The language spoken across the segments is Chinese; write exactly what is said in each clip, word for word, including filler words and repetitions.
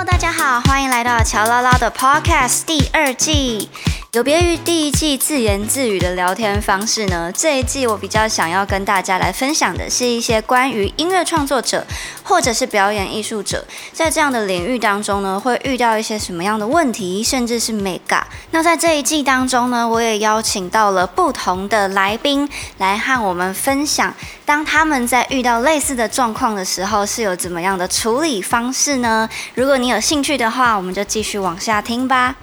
Hello， 大家好，欢迎来到乔拉拉的 Podcast 第二季。有别于第一季自言自语的聊天方式呢，这一季我比较想要跟大家来分享的是一些关于音乐创作者或者是表演艺术者在这样的领域当中呢，会遇到一些什么样的问题，甚至是美感。那在这一季当中呢，我也邀请到了不同的来宾来和我们分享，当他们在遇到类似的状况的时候，是有怎么样的处理方式呢？如果你有兴趣的话，我们就继续往下听吧。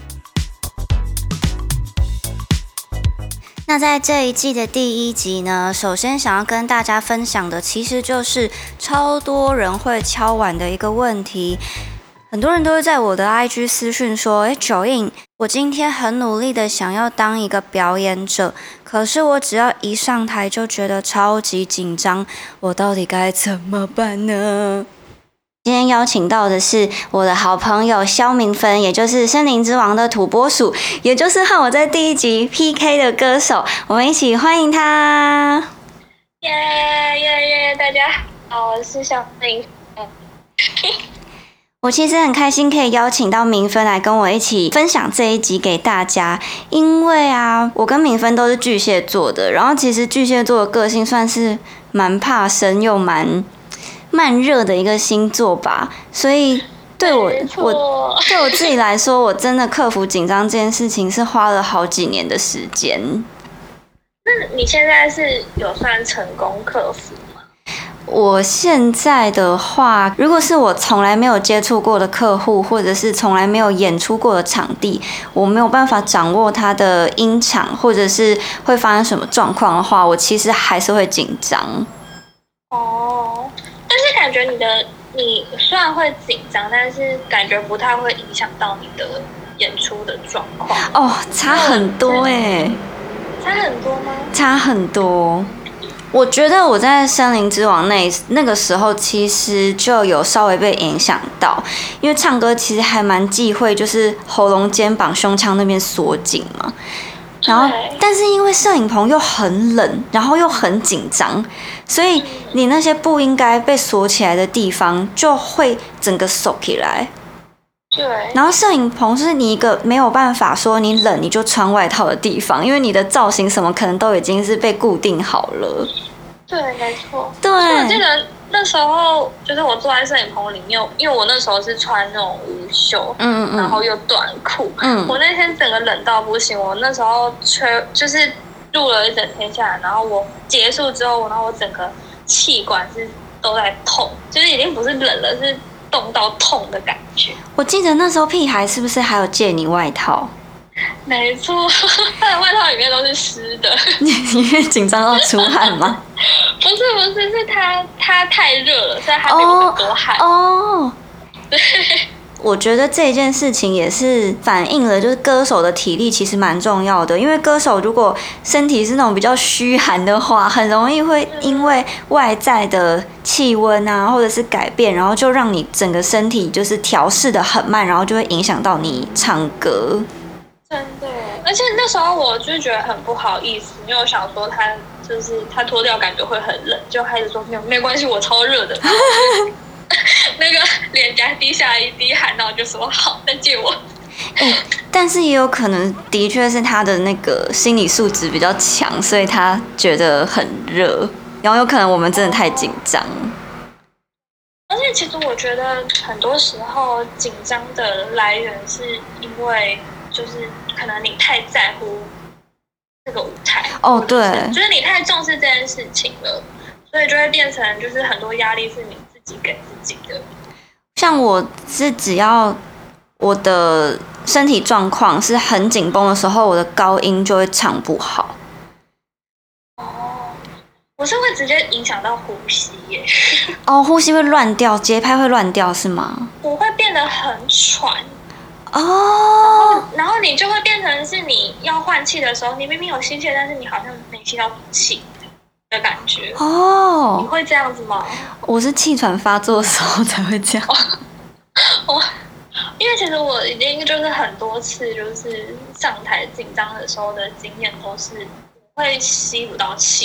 那在这一季的第一集呢，首先想要跟大家分享的，其实就是超多人会敲碗的一个问题。很多人都会在我的 I G 私讯说，诶 Joanne， 我今天很努力的想要当一个表演者，可是我只要一上台就觉得超级紧张，我到底该怎么办呢？今天邀请到的是我的好朋友萧明芬，也就是森林之王的土拨鼠，也就是和我在第一集 P K 的歌手，我们一起欢迎他。 耶耶耶！大家好，我是小明芬。 我其实很开心可以邀请到明芬来跟我一起分享这一集给大家，因为啊，我跟明芬都是巨蟹座的，然后其实巨蟹座的个性算是蛮怕生又蛮慢热的一个星座吧，所以对我我对我自己来说，我真的克服紧张这件事情是花了好几年的时间。 那你现在是有算成功克服吗？ 我现在的话，如果是我从来没有接触过的客户，或者是从来没有演出过的场地，我没有办法掌握它的音场，或者是会发生什么状况的话，我其实还是会紧张。 哦。但是感觉你的你虽然会紧张，但是感觉不太会影响到你的演出的状况。 哦，差很多哎、欸， 差很多吗？ 差很多。我觉得我在森林之王那那个时候，其实就有稍微被影响到，因为唱歌其实还蛮忌讳，就是喉咙、肩膀、胸腔那边锁紧嘛。然后，但是因为摄影棚又很冷，然后又很紧张，所以你那些不应该被锁起来的地方，就会整个锁起来。 对。 然后摄影棚是你一个没有办法说你冷你就穿外套的地方，因为你的造型什么可能都已经是被固定好了。 对，没错。 对。 我记得那时候就是我坐在摄影棚里面，因为我那时候是穿那种无袖，嗯嗯，然后又短裤，嗯，我那天整个冷到不行。我那时候吹就是录了一整天下来，然后我结束之后，然后我整个气管是都在痛，就是已经不是冷了，是冻到痛的感觉。 我记得那时候屁孩是不是还有借你外套？ 没错，他的外套里面都是湿的。 你因为紧张到出汗吗？ 不是不是，是他他太热了，所以他流很多汗。 哦， 对。 我觉得这件事情也是反映了，就是歌手的体力其实蛮重要的。因为歌手如果身体是那种比较虚寒的话，很容易会因为外在的气温啊，或者是改变，然后就让你整个身体就是调适的很慢，然后就会影响到你唱歌。 真的，而且那时候我就觉得很不好意思，因为我想说他就是他脱掉感觉会很冷，就开始说没有没关系，我超热的。那个脸颊滴下一滴汗，然后就说好，再借我。 欸，但是也有可能的确是他的那个心理素质比较强，所以他觉得很热，然后有可能我们真的太紧张。 而且其实我觉得很多时候紧张的来源是因为就是可能你太在乎这个舞台哦，对， 就是你太重视这件事情了，所以就会变成就是很多压力是你自己给自己的。 像我是只要我的身体状况是很紧绷的时候，我的高音就会唱不好。 哦，我是会直接影响到呼吸耶。 哦，呼吸会乱掉，节拍会乱掉是吗？ 我会变得很喘。 哦。 然后，然后你就会变成是你要换气的时候，你明明有吸气，但是你好像没吸到气的感觉。 哦。 你会这样子吗？ 我是气喘发作的时候才会这样。 哦，因为其实我已经就是很多次就是上台紧张的时候的经验都是会吸不到气，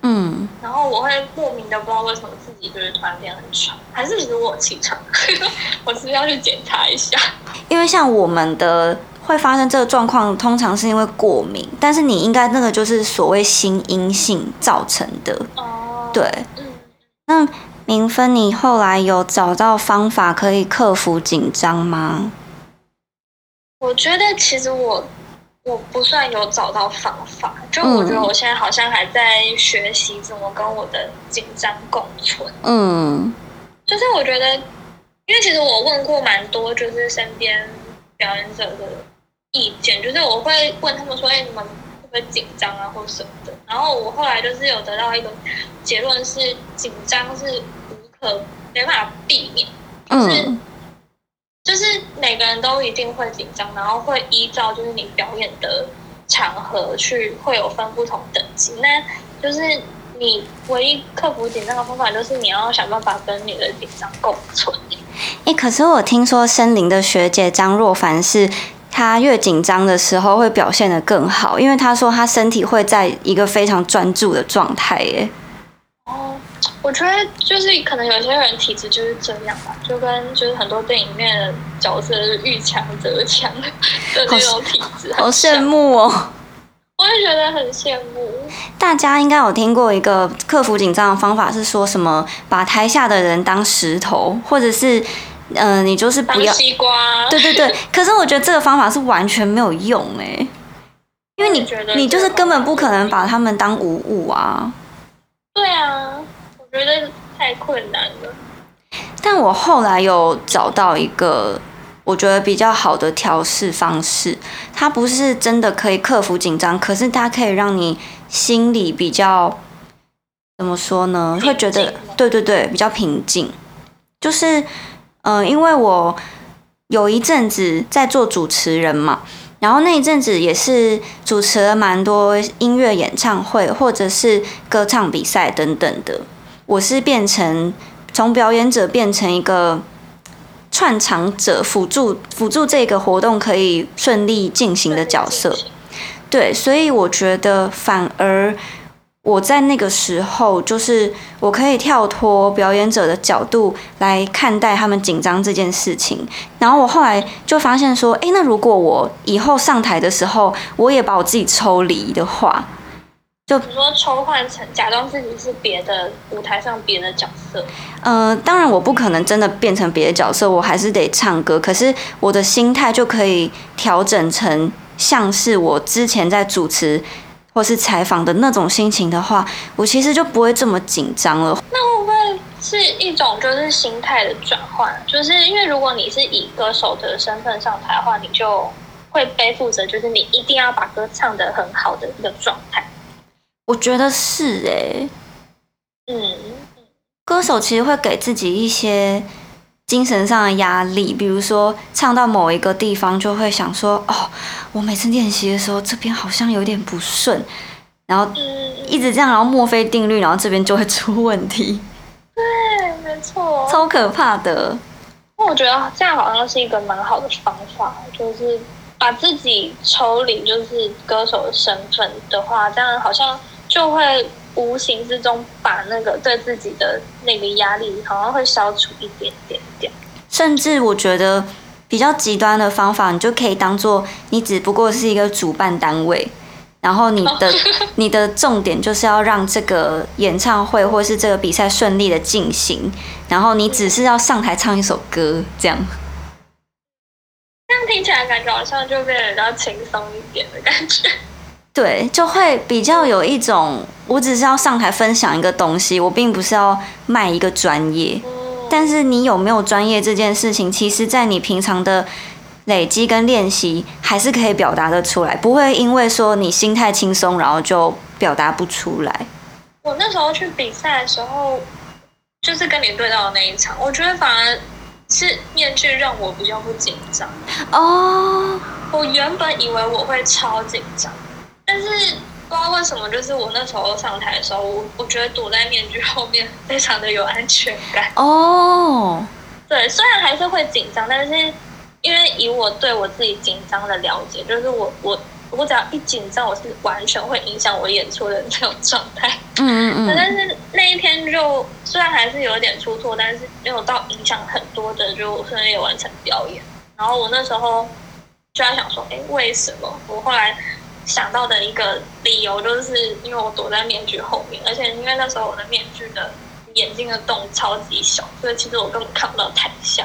嗯，然后我会莫名的不知道为什么自己就是突然变很喘，还是其实我有气喘，我是不是要去检查一下？ 因为像我们的会发生这个状况，通常是因为过敏，但是你应该那个就是所谓心因性造成的。哦，对，嗯，那明芬，你后来有找到方法可以克服紧张吗？ 我觉得其实我我不算有找到方法，就我觉得我现在好像还在学习怎么跟我的紧张共存。嗯，就是我觉得，因为其实我问过蛮多，就是身边表演者的意见，就是我会问他们说：“哎、欸，你们会不会紧张啊，或什么的？”然后我后来就是有得到一个结论是，紧张是无可没办法避免，就是。嗯就是每个人都一定会紧张，然后会依照就是你表演的场合去会有分不同等级。那就是你唯一克服紧张的方法，就是你要想办法跟你的紧张共存。 哎、欸，可是我听说森林的学姐张若凡是，她越紧张的时候会表现得更好，因为她说她身体会在一个非常专注的状态。耶。 哦。我觉得就是可能有些人体质就是这样吧，就跟就是很多电影里面的角色是遇强则强的那种体质， 好羡慕哦！ 我也觉得很羡慕。 大家应该有听过一个克服紧张的方法，是说什么把台下的人当石头，或者是呃，你就是不要当西瓜。 对对对，可是我觉得这个方法是完全没有用哎，因为你你就是根本不可能把他们当无物啊。 对啊。我觉得太困难了， 但我后来有找到一个我觉得比较好的调试方式，它不是真的可以克服紧张，可是它可以让你心里比较怎么说呢？会觉得对对对，比较平静。就是嗯、呃，因为我有一阵子在做主持人嘛。然后那一阵子也是主持了蛮多音乐演唱会或者是歌唱比赛等等的。我是变成从表演者变成一个串场者，辅助辅助这个活动可以顺利进行的角色。对，所以我觉得反而我在那个时候，就是我可以跳脱表演者的角度来看待他们紧张这件事情。然后我后来就发现说，哎，那如果我以后上台的时候，我也把我自己抽离的话。 就比如说抽换成假装自己是别的舞台上别的角色， 呃，当然我不可能真的变成别的角色，我还是得唱歌。可是我的心态就可以调整成像是我之前在主持或是采访的那种心情的话，我其实就不会这么紧张了。 那会不会是一种就是心态的转换？就是因为如果你是以歌手的身份上台的话，你就会背负着就是你一定要把歌唱得很好的一个状态。 我觉得是哎、欸，嗯，歌手其实会给自己一些精神上的压力，比如说唱到某一个地方就会想说，哦，我每次练习的时候这边好像有点不顺，然后一直这样，然后墨菲定律，然后这边就会出问题。 对，没错， 超可怕的。 我觉得这样好像是一个蛮好的方法，就是把自己抽离，就是歌手的身份的话，这样好像。就会无形之中把那个对自己的那个压力好像会消除一点点点。 甚至我觉得比较极端的方法，你就可以当做你只不过是一个主办单位，然后你的你的重点就是要让这个演唱会或是这个比赛顺利的进行，然后你只是要上台唱一首歌，这样。 这样听起来感觉好像就变得比较轻松一点的感觉。 对，就会比较有一种，我只是要上台分享一个东西，我并不是要卖一个专业。但是你有没有专业这件事情，其实在你平常的累积跟练习，还是可以表达得出来，不会因为说你心态轻松，然后就表达不出来。 我那时候去比赛的时候，就是跟你对到的那一场，我觉得反而是面具让我比较不紧张。哦，我原本以为我会超紧张。但是不知道为什么，就是我那时候上台的时候，我我觉得躲在面具后面非常的有安全感。哦，对，虽然还是会紧张，但是因为以我对我自己紧张的了解，就是我我我只要一紧张，我是完全会影响我演出的那种状态。 嗯嗯嗯。 但是那一天就虽然还是有点出错，但是没有到影响很多的，就顺利完成表演。然后我那时候就在想说，哎，为什么？我后来想到的一个理由，就是因为我躲在面具后面，而且因为那时候我的面具的眼睛的洞超级小，所以其实我根本看不到台下。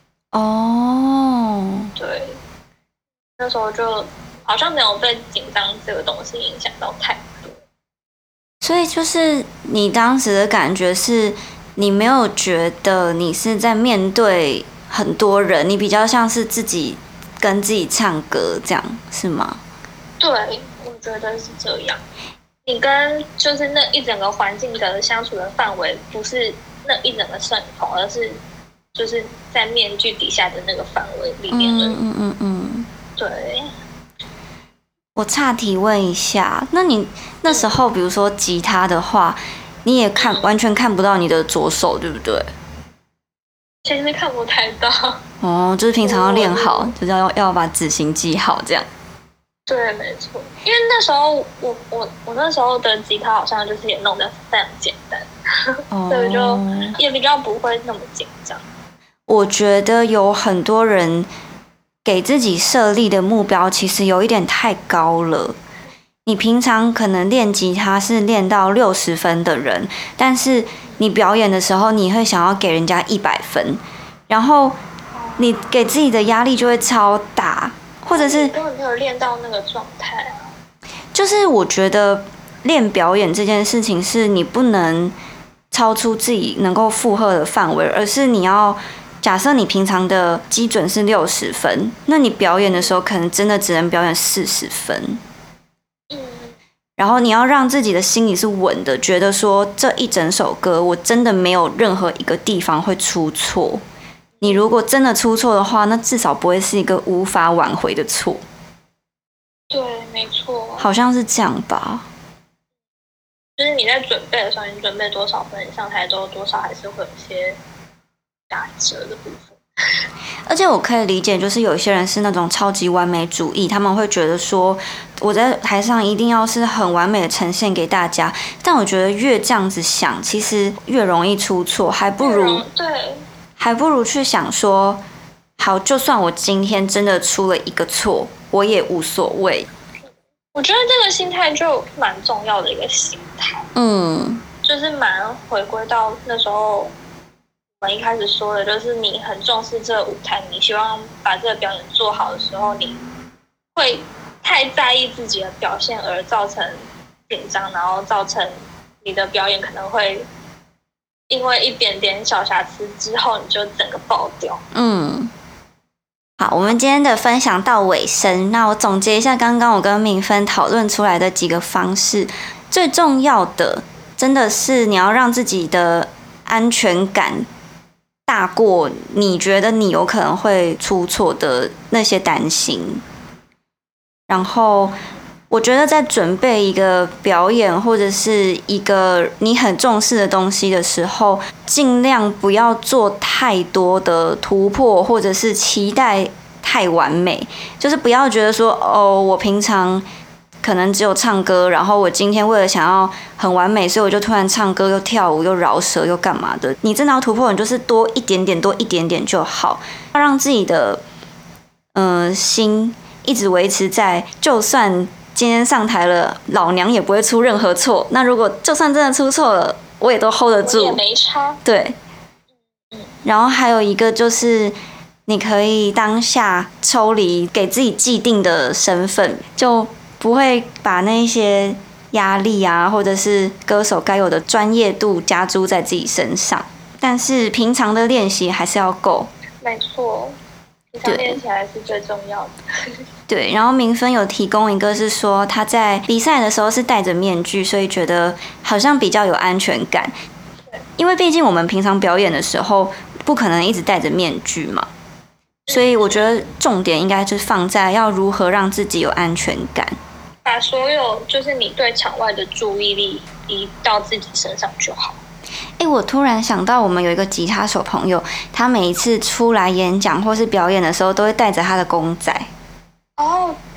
哦， 对，那时候就好像没有被紧张这个东西影响到太多。 所以就是你当时的感觉是，你没有觉得你是在面对很多人，你比较像是自己跟自己唱歌，这样是吗？ 对，我觉得是这样。你跟就是那一整个环境的相处的范围，不是那一整个摄影棚，而是就是在面具底下的那个范围里面的。 嗯嗯嗯嗯。 对。 我岔题问一下，那你那时候比如说吉他的话，你也看、嗯、完全看不到你的左手，对不对？ 其实看不太到。 哦，就是平常要练好，就是要要把指型记好，这样。 对，没错。因为那时候我我我那时候的吉他好像就是也弄得非常简单，哦、所以就也比较不会那么紧张。 我觉得有很多人给自己设立的目标其实有一点太高了。你平常可能练吉他是练到六十分的人，但是你表演的时候你会想要给人家一百分，然后你给自己的压力就会超大，或者是根本没有练到那个状态啊。 就是我觉得练表演这件事情是你不能超出自己能够负荷的范围，而是你要假设你平常的基准是六十分，那你表演的时候可能真的只能表演四十分。嗯，然后你要让自己的心里是稳的，觉得说这一整首歌我真的没有任何一个地方会出错。你如果真的出错的话，那至少不会是一个无法挽回的错。 对，没错。 好像是这样吧。 就是你在准备的时候，你准备多少分，你上台之后多少还是会有一些打折的部分。 而且我可以理解，就是有些人是那种超级完美主义，他们会觉得说我在台上一定要是很完美的呈现给大家。但我觉得越这样子想，其实越容易出错，还不如对， 还不如去想说，好，就算我今天真的出了一个错，我也无所谓。 我觉得这个心态就蛮重要的一个心态，嗯，就是蛮回归到那时候我们一开始说的，就是你很重视这个舞台，你希望把这个表演做好的时候，你会太在意自己的表现而造成紧张，然后造成你的表演可能会因为一点点小瑕疵之后，你就整个爆掉。嗯。 好，我们今天的分享到尾声，那我总结一下刚刚我跟明芬讨论出来的几个方式。最重要的真的是你要让自己的安全感大过你觉得你有可能会出错的那些担心。然后我觉得在准备一个表演或者是一个你很重视的东西的时候，尽量不要做太多的突破，或者是期待太完美。就是不要觉得说，哦，我平常可能只有唱歌，然后我今天为了想要很完美，所以我就突然唱歌又跳舞又饶舌又干嘛的。你真的要突破，你就是多一点点，多一点点就好，要让自己的嗯、呃、心一直维持在，就算今天上台了，老娘也不会出任何错。那如果就算真的出错了，我也都 hold 得住， 我也没差。 对。然后还有一个就是，你可以当下抽离，给自己既定的身份，就不会把那些压力啊，或者是歌手该有的专业度加诸在自己身上。但是平常的练习还是要够。 没错。平常练起来是最重要的。 对，然后明芬有提供一个是说他在比赛的时候是戴着面具，所以觉得好像比较有安全感。因为毕竟我们平常表演的时候不可能一直戴着面具嘛，所以我觉得重点应该就是放在要如何让自己有安全感， 把所有就是你对场外的注意力移到自己身上就好。 哎，我突然想到，我们有一个吉他手朋友，他每一次出来演讲或是表演的时候，都会带着他的公仔。 哦， 这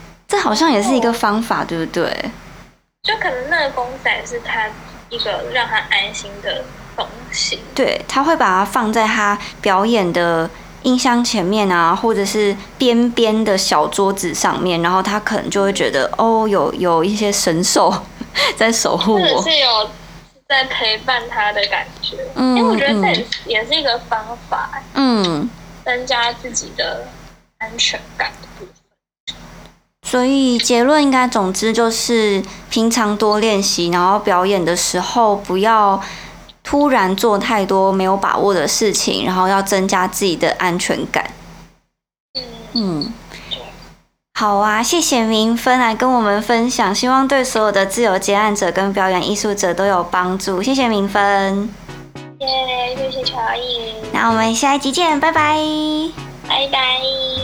好像也是一个方法，对不对？ 就可能那个公仔是他一个让他安心的东西。 对，他会把它放在他表演的音箱前面啊，或者是边边的小桌子上面，然后他可能就会觉得哦，有有一些神兽在守护我， 或者是有在陪伴他的感觉。嗯，因为我觉得这也是、嗯、也是一个方法，嗯，增加自己的安全感的部分。 所以结论应该总之就是平常多练习，然后表演的时候不要突然做太多没有把握的事情，然后要增加自己的安全感。嗯嗯，好啊，谢谢明芬来跟我们分享，希望对所有的自由接案者跟表演艺术者都有帮助。谢谢明芬。 耶，谢谢乔颖。 那我们下一集见，拜拜。 拜拜。